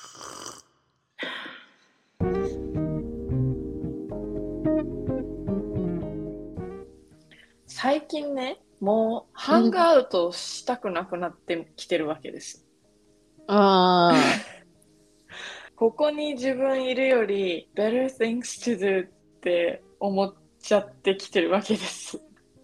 最近ね、もうハングアウトしたくなくなってきてるわけです。 あここに自分いるより better things to do って思っちゃってきてるわけです。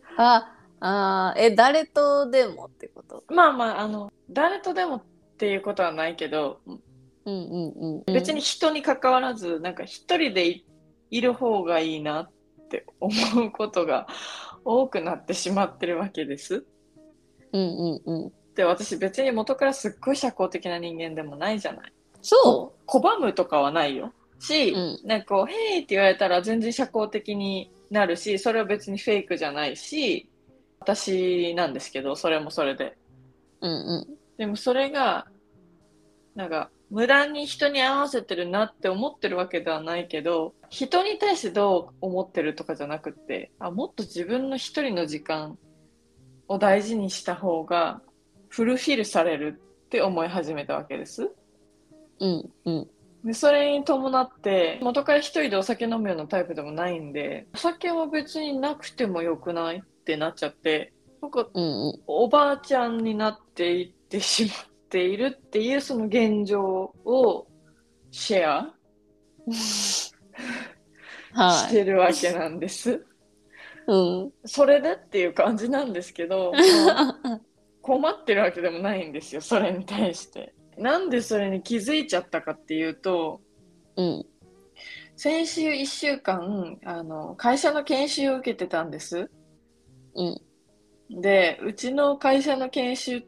誰とでもってこと？ まあまあ、誰とでもっていうことはないけど、別に人に関わらず、なんか一人でいる方がいいなって思うことが多くなってしまってるわけです。で、私別に元からすっごい社交的な人間でもないじゃない。 そ拒むとかはないよ。 う。うし、 ん。 なんかこう、ヘイって言われたら全然社交的になるし、それは別にフェイクじゃないし、私なんですけど、それもそれで。 うんでもそれが、なんか、無駄に人に合わせてるなって思ってるわけではないけど、人に対してどう思ってるとかじゃなくって、もっと自分の一人の時間を大事にした方が、フルフィルされるって思い始めたわけです。 うんうんで、それに伴って、元から一人でお酒飲むようなタイプでもないんで、お酒は別になくてもよくないってなっちゃって、なんか、 うんうん。 おばあちゃんになっていってしまっているっていうその現状をシェアしはい。 てるわけなんです。 うん。 それでっていう感じなんですけど、まあ、困ってるわけでもないんですよ、それに対して。なんでそれに気づいちゃったかっていうと、 うん。 先週1週間、会社の研修を受けてたんです。 うん。 で、うちの会社の研修って、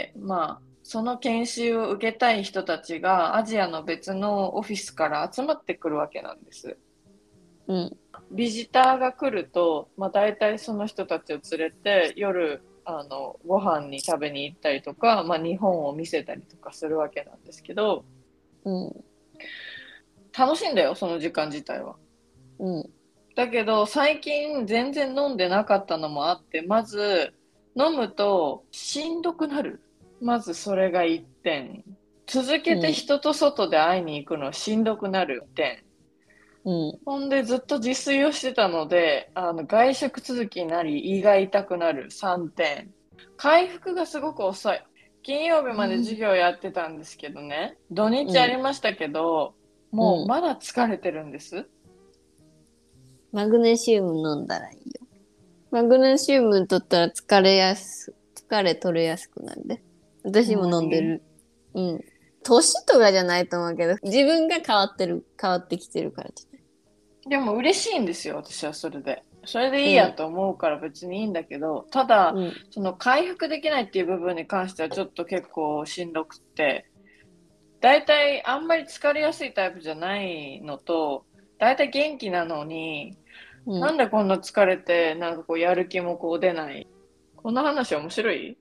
まあ、その研修を受けたい人たちがアジアの別のオフィスから集まってくるわけなんです。 うん。 ビジターが来ると、まあ、大体その人たちを連れて夜ご飯に食べに行ったりとか、まあ、日本を見せたりとかするわけなんですけど、 うん。 楽しいんだよ、その時間自体は。 うん。 だけど最近全然飲んでなかったのもあって、まず飲むとしんどくなる。まずそれが一点。続けてうん。 人と外で会いに行くのしんどくなる一点。 うん。 ほんでずっと自炊をしてたので、外食続きになり胃が痛くなる3点。回復がすごく遅い。金曜日まで授業やってたんですけどね、土日ありましたけど、もううん。 まだ疲れてるんです。 マグネシウム飲んだらいいよ。マグネシウム取ったら疲れ取れやすくなるで。私もほんまに。 飲んでる。うん。年とかじゃないと思うけど、自分が変わってきてるからじゃない？ でも嬉しいんですよ、私はそれで。それでいいやうん。 と思うから別にいいんだけど、ただ、 うん。 その回復できないっていう部分に関してはちょっと結構しんどくって、だいたいあんまり疲れやすいタイプじゃないのと、だいたい元気なのに、 うん。 なんでこんな疲れて、なんかこうやる気もこう出ない。こんな話面白い？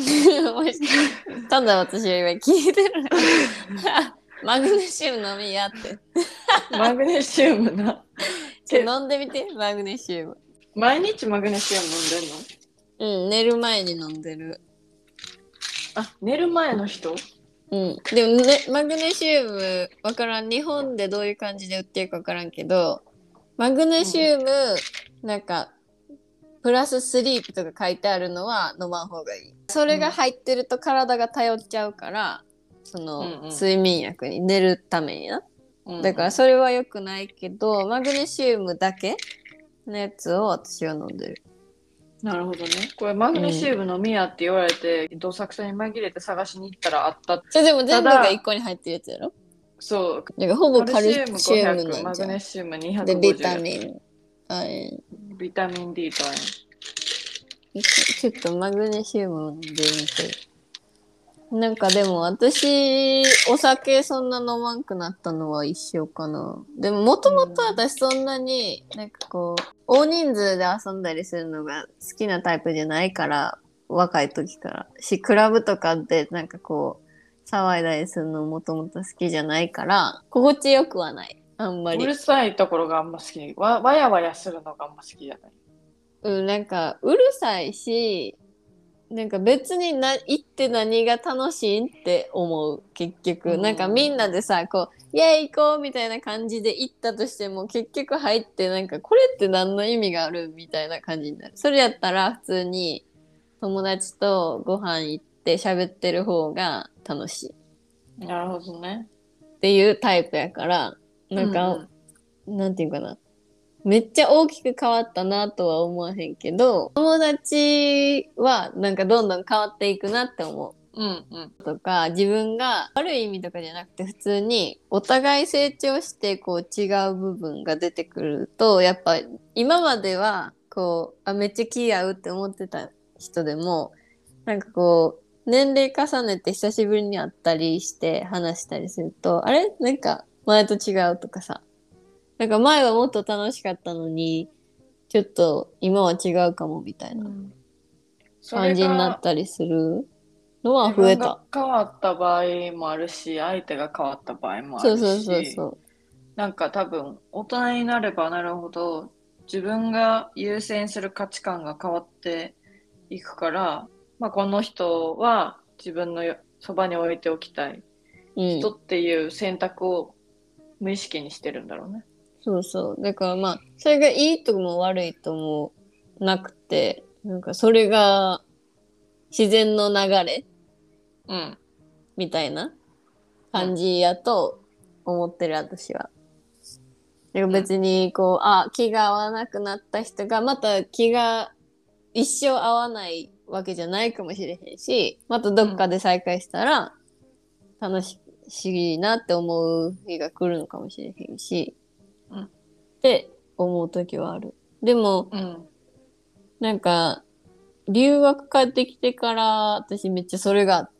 ただ私は今聞いてる。マグネシウム飲みやって。 マグネシウムな。 飲んでみて、マグネシウム。 毎日マグネシウム飲んでんの？ うん、寝る前に飲んでる。 寝る前の人？ うん。でもね、マグネシウム、わからん。日本でどういう感じで売ってるかわからんけど、マグネシウム、なんか、プラススリープとか書いてあるのは飲まん方がいい。それがうん。 入ってると体が頼っちゃうから、その、 うんうん。 睡眠薬に寝るためにな。 うんうだからん。 それは良くないけど、マグネシウムだけのやつを私は飲んでる。 なるほどね。これマグネうん。 シウム飲みやって言われて、どさくさに紛れて探しに行ったらあった。 それでも全部が1 ただ、 個に入ってるやつやろ？ そう、 だからほぼカルカルシウムシウム 500、 なんじゃん。 マグネシウムで、ビ 250 タやった。 ミン。あれ、 ビタミン D とちょっとマグネシウムを飲んでみて。なんかでも私、お酒そんな飲まんくなったのは一緒かな。でももともと私そんなになんかこう、大人数で遊んだりするのが好きなタイプじゃないから、若い時から。クラブとかでなんかこう、騒いだりするのもともと好きじゃないから、心地よくはない。あんまり。 うるさいところがあんま好き。わやわやするのがあんま好きじゃない。 うん、なんか、うるさいし、 なんか別に行って何が楽しいんって思う結局、なんかみんなでさこうイエーイ行こうみたいな感じで行ったとしても結局入ってなんかこれって何の意味があるみたいな感じになる。それやったら普通に友達とご飯行って喋ってる方が楽しい。なるほどね。 っていうタイプやからなんか、なんていうかな、めっちゃ大きく変わったなとは思わへんけど、友達はなんかどんどん変わっていくなって思う。とか、自分が悪い意味とかじゃなくて普通にお互い成長してこう違う部分が出てくると、やっぱ今まではこう、めっちゃ気合うって思ってた人でも、なんかこう、年齢重ねて久しぶりに会ったりして話したりすると、あれなんか前と違うとかさ、なんか前はもっと楽しかったのに、ちょっと今は違うかもみたいな感じになったりするのは増えた。 自分が変わった場合もあるし、相手が変わった場合もあるし、 そうなんか多分大人になればなるほど自分が優先する価値観が変わっていくから、まあ、この人は自分のそばに置いておきたい人っていう選択を無意識にしてるんだろうね。 そうそう。だからまあ、それがいいとも悪いともなくて、なんかそれが自然の流れ、みたいな感じやと思ってる、私は。だから別にこう、気が合わなくなった人がまた気が一生合わないわけじゃないかもしれへんし、またどっかで再会したら楽しいなって思う日が来るのかもしれへんし、って思う時はある。でも、なんか留学帰ってきてから私めっちゃそれがあって、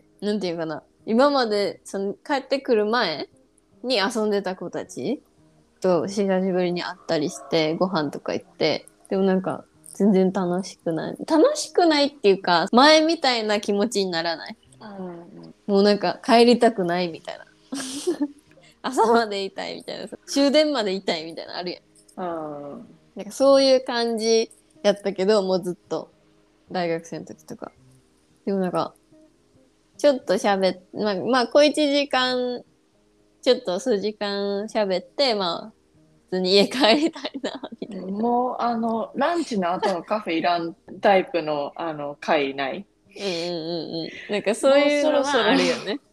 なんていうかな、今までその帰ってくる前に遊んでた子たちと久しぶりに会ったりしてご飯とか行って、でもなんか全然楽しくないっていうか、前みたいな気持ちにならない。もうなんか帰りたくないみたいな。朝までいたいみたいな、終電までいたいみたいなのあるやん。なんかそういう感じやったけど、もうずっと大学生の時とか。でもなんか、ちょっとまあ、小1時間、ちょっと数時間喋って、まあ、普通に家帰りたいな、みたいな。 もう、ランチの後のカフェいらんタイプの、会ない。 なんかそういうのはあるよね。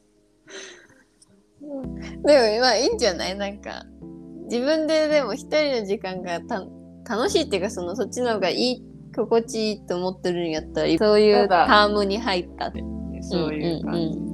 でもまあいいんじゃない？なんか、自分ででも一人の時間が楽しいっていうか、そっちの方が心地いいと思ってるんやったら、そういうタームに入った。 そういう感じ。